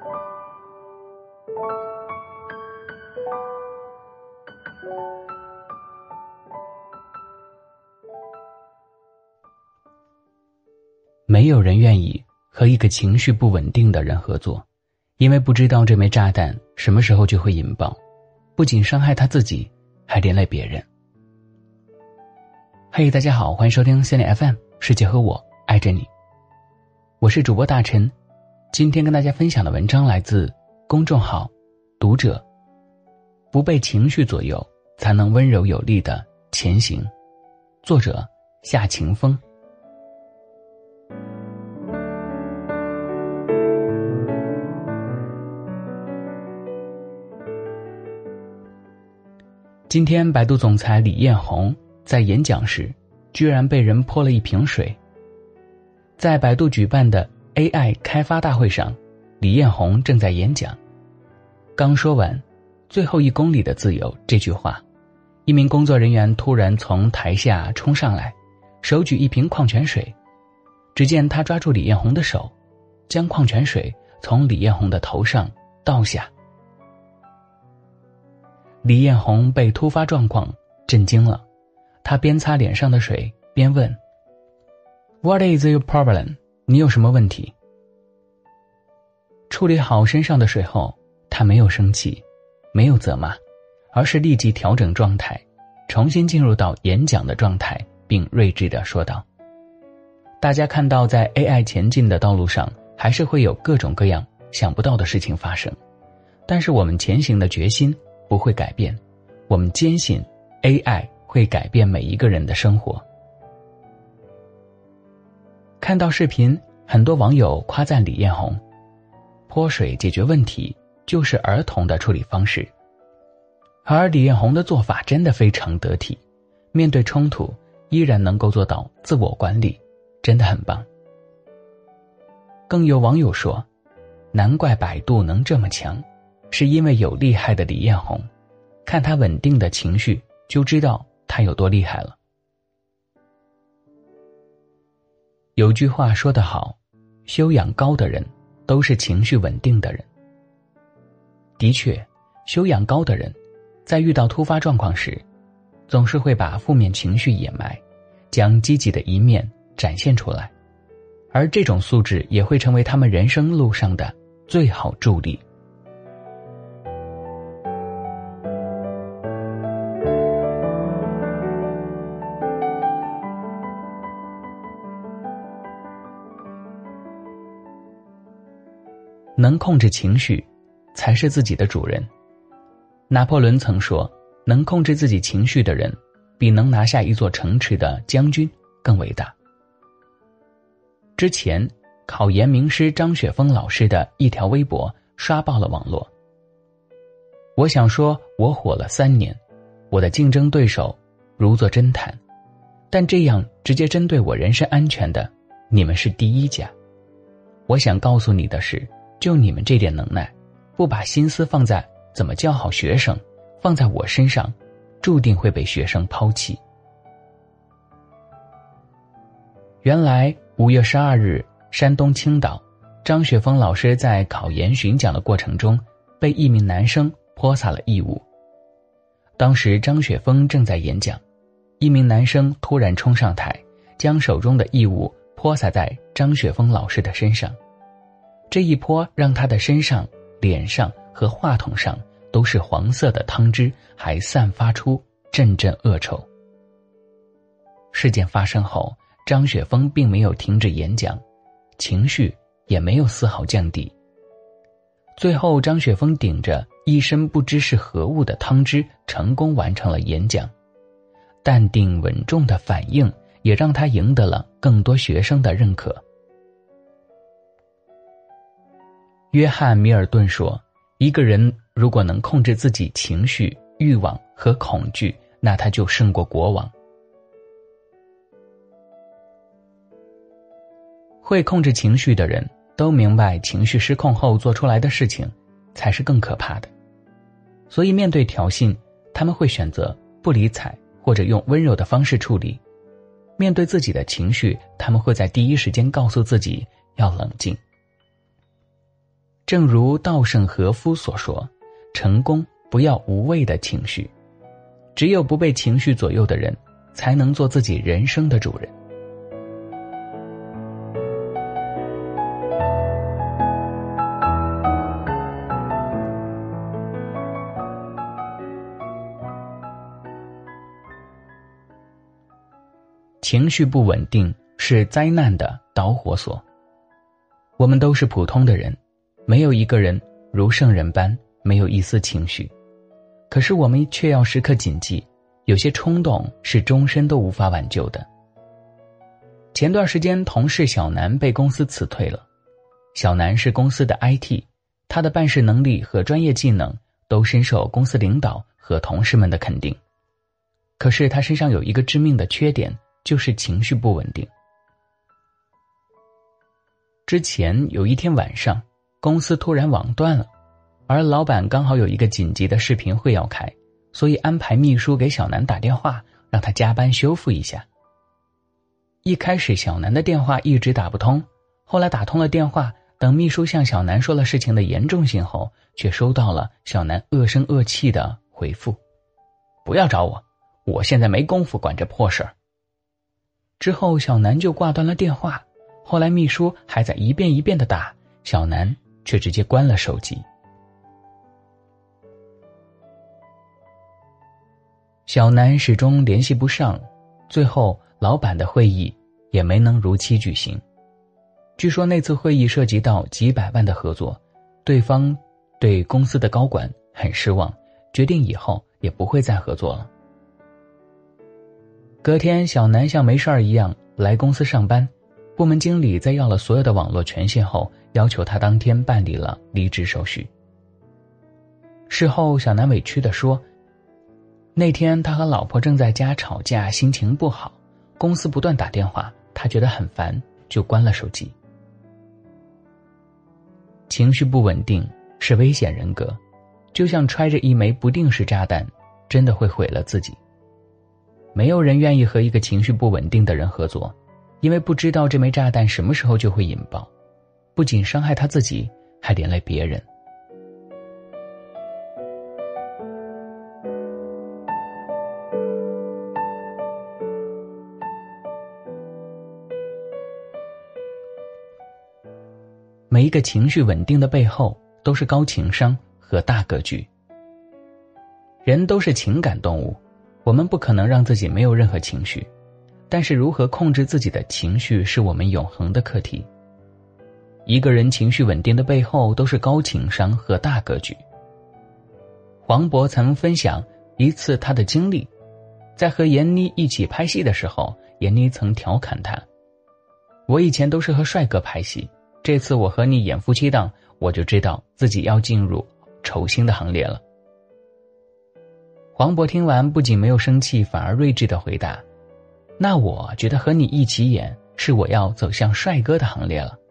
没有人愿意和一个情绪不稳定的人合作，因为不知道这枚炸弹什么时候就会引爆，不仅伤害他自己，还连累别人。嘿，大家好，欢迎收听心理 FM， 世界和我爱着你。我是主播大陈，今天跟大家分享的文章来自公众号读者。不被情绪左右，才能温柔有力的前行。作者夏晴风。今天百度总裁李彦宏在演讲时居然被人泼了一瓶水。在百度举办的 AI 开发大会上，李彦宏正在演讲，刚说完最后1公里的自由这句话，一名工作人员突然从台下冲上来，手举一瓶矿泉水，只见他抓住李彦宏的手，将矿泉水从李彦宏的头上倒下。李彦宏被突发状况震惊了，他边擦脸上的水边问 What is your problem？ 你有什么问题？处理好身上的水后，他没有生气，没有责骂，而是立即调整状态，重新进入到演讲的状态，并睿智地说道：大家看到在 AI 前进的道路上，还是会有各种各样想不到的事情发生，但是我们前行的决心不会改变，我们坚信 AI 会改变每一个人的生活。看到视频，很多网友夸赞李彦宏，泼水解决问题就是儿童的处理方式。而李彦宏的做法真的非常得体，面对冲突依然能够做到自我管理，真的很棒。更有网友说，难怪百度能这么强，是因为有厉害的李彦宏，看他稳定的情绪就知道他有多厉害了。有句话说得好，修养高的人都是情绪稳定的人。的确，修养高的人在遇到突发状况时，总是会把负面情绪掩埋，将积极的一面展现出来，而这种素质也会成为他们人生路上的最好助力。能控制情绪才是自己的主人。拿破仑曾说，能控制自己情绪的人比能拿下一座城池的将军更伟大。之前考研名师张雪峰老师的一条微博刷爆了网络。我想说，我火了3年，我的竞争对手如坐针毯，但这样直接针对我人身安全的，你们是第一家。我想告诉你的是，就你们这点能耐，不把心思放在怎么教好学生，放在我身上，注定会被学生抛弃。原来5月12日，山东青岛，张雪峰老师在考研巡讲的过程中，被一名男生泼洒了异物。当时张雪峰正在演讲，一名男生突然冲上台，将手中的异物泼洒在张雪峰老师的身上。这一泼让他的身上、脸上和话筒上都是黄色的汤汁，还散发出阵阵恶臭。事件发生后，张雪峰并没有停止演讲，情绪也没有丝毫降低。最后张雪峰顶着一身不知是何物的汤汁，成功完成了演讲。淡定稳重的反应也让他赢得了更多学生的认可。约翰·米尔顿说，一个人如果能控制自己情绪、欲望和恐惧，那他就胜过国王。会控制情绪的人都明白，情绪失控后做出来的事情才是更可怕的。所以面对挑衅，他们会选择不理睬，或者用温柔的方式处理。面对自己的情绪，他们会在第一时间告诉自己要冷静。 正如稻盛和夫所说，成功不要无谓的情绪，只有不被情绪左右的人，才能做自己人生的主人。情绪不稳定是灾难的导火索。我们都是普通的人，没有一个人如圣人般没有一丝情绪，可是我们却要时刻谨记，有些冲动是终身都无法挽救的。前段时间同事小南被公司辞退了。小南是公司的 IT， 他的办事能力和专业技能都深受公司领导和同事们的肯定。可是他身上有一个致命的缺点，就是情绪不稳定。之前有一天晚上，公司突然网断了，而老板刚好有一个紧急的视频会要开，所以安排秘书给小南打电话，让他加班修复一下。一开始小南的电话一直打不通，后来打通了电话，等秘书向小南说了事情的严重性后，却收到了小南恶声恶气的回复：不要找我，我现在没工夫管这破事儿。之后小南就挂断了电话，后来秘书还在一遍一遍地打，小南却直接关了手机。小南始终联系不上，最后老板的会议也没能如期举行。据说那次会议涉及到几百万的合作，对方对公司的高管很失望，决定以后也不会再合作了。隔天小南像没事儿一样来公司上班，部门经理在要了所有的网络权限后，要求他当天办理了离职手续。事后小南委屈地说，那天他和老婆正在家吵架，心情不好，公司不断打电话，他觉得很烦，就关了手机。情绪不稳定是危险人格，就像揣着一枚不定时炸弹，真的会毁了自己。没有人愿意和一个情绪不稳定的人合作，因为不知道这枚炸弹什么时候就会引爆，不仅伤害他自己，还连累别人。每一个情绪稳定的背后，都是高情商和大格局。人都是情感动物，我们不可能让自己没有任何情绪，但是如何控制自己的情绪是我们永恒的课题。一个人情绪稳定的背后，都是高情商和大格局。黄渤曾分享一次他的经历，在和闫妮一起拍戏的时候，闫妮曾调侃他，我以前都是和帅哥拍戏，这次我和你演夫妻档，我就知道自己要进入丑星的行列了。黄渤听完不仅没有生气，反而睿智地回答，那我觉得和你一起演，是我要走向帅哥的行列了。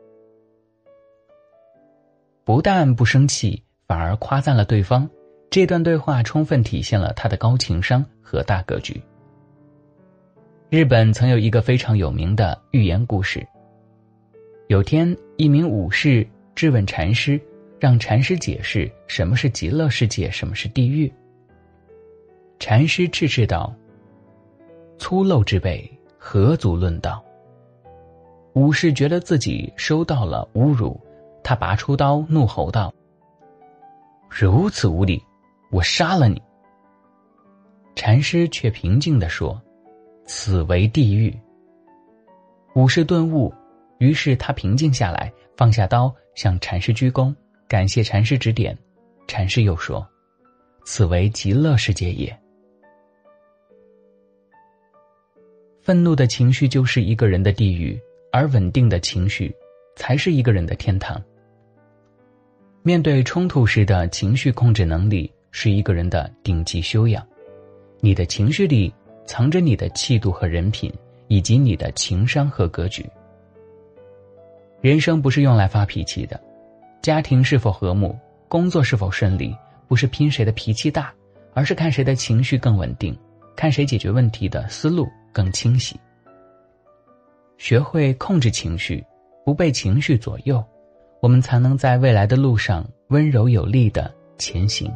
不但不生气，反而夸赞了对方，这段对话充分体现了他的高情商和大格局。日本曾有一个非常有名的寓言故事，有天一名武士质问禅师，让禅师解释什么是极乐世界，什么是地狱。禅师叱斥道，粗陋之辈何足论道。武士觉得自己受到了侮辱，他拔出刀怒吼道，如此无礼，我杀了你。禅师却平静地说，此为地狱。武士顿悟，于是他平静下来，放下刀，向禅师鞠躬，感谢禅师指点。禅师又说，此为极乐世界也。愤怒的情绪就是一个人的地狱，而稳定的情绪才是一个人的天堂。面对冲突时的情绪控制能力是一个人的顶级修养。你的情绪里藏着你的气度和人品，以及你的情商和格局。人生不是用来发脾气的，家庭是否和睦，工作是否顺利，不是拼谁的脾气大，而是看谁的情绪更稳定，看谁解决问题的思路更清晰。学会控制情绪，不被情绪左右， 我们才能在未来的路上温柔有力地前行。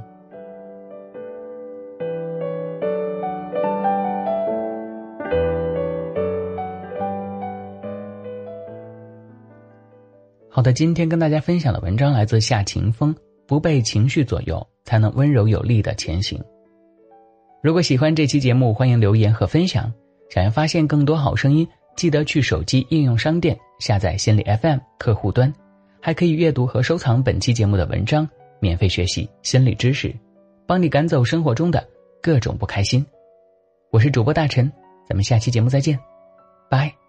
好的，今天跟大家分享的文章来自夏晴风，不被情绪左右，才能温柔有力地前行。如果喜欢这期节目，欢迎留言和分享。想要发现更多好声音，记得去手机应用商店下载心理 FM 客户端，还可以阅读和收藏本期节目的文章，免费学习心理知识，帮你赶走生活中的各种不开心。我是主播大陈，咱们下期节目再见，拜。